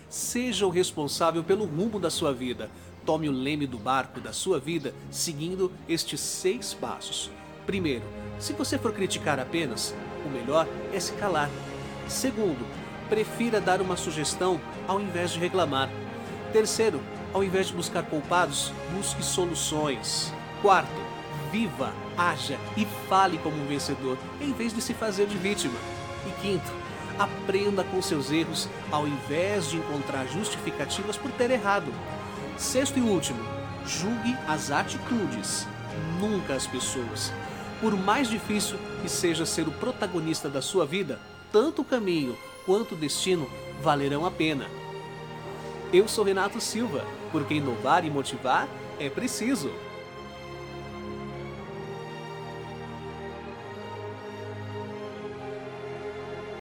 Seja o responsável pelo rumo da sua vida. Tome o leme do barco da sua vida seguindo estes 6 passos. Primeiro, se você for criticar apenas, o melhor é se calar. Segundo, prefira dar uma sugestão ao invés de reclamar. Terceiro, ao invés de buscar culpados, busque soluções. Quarto, viva, haja e fale como um vencedor, em vez de se fazer de vítima. E quinto, aprenda com seus erros, ao invés de encontrar justificativas por ter errado. Sexto e último, julgue as atitudes, nunca as pessoas. Por mais difícil que seja ser o protagonista da sua vida, tanto o caminho quanto o destino valerão a pena. Eu sou Renato Silva, porque inovar e motivar é preciso.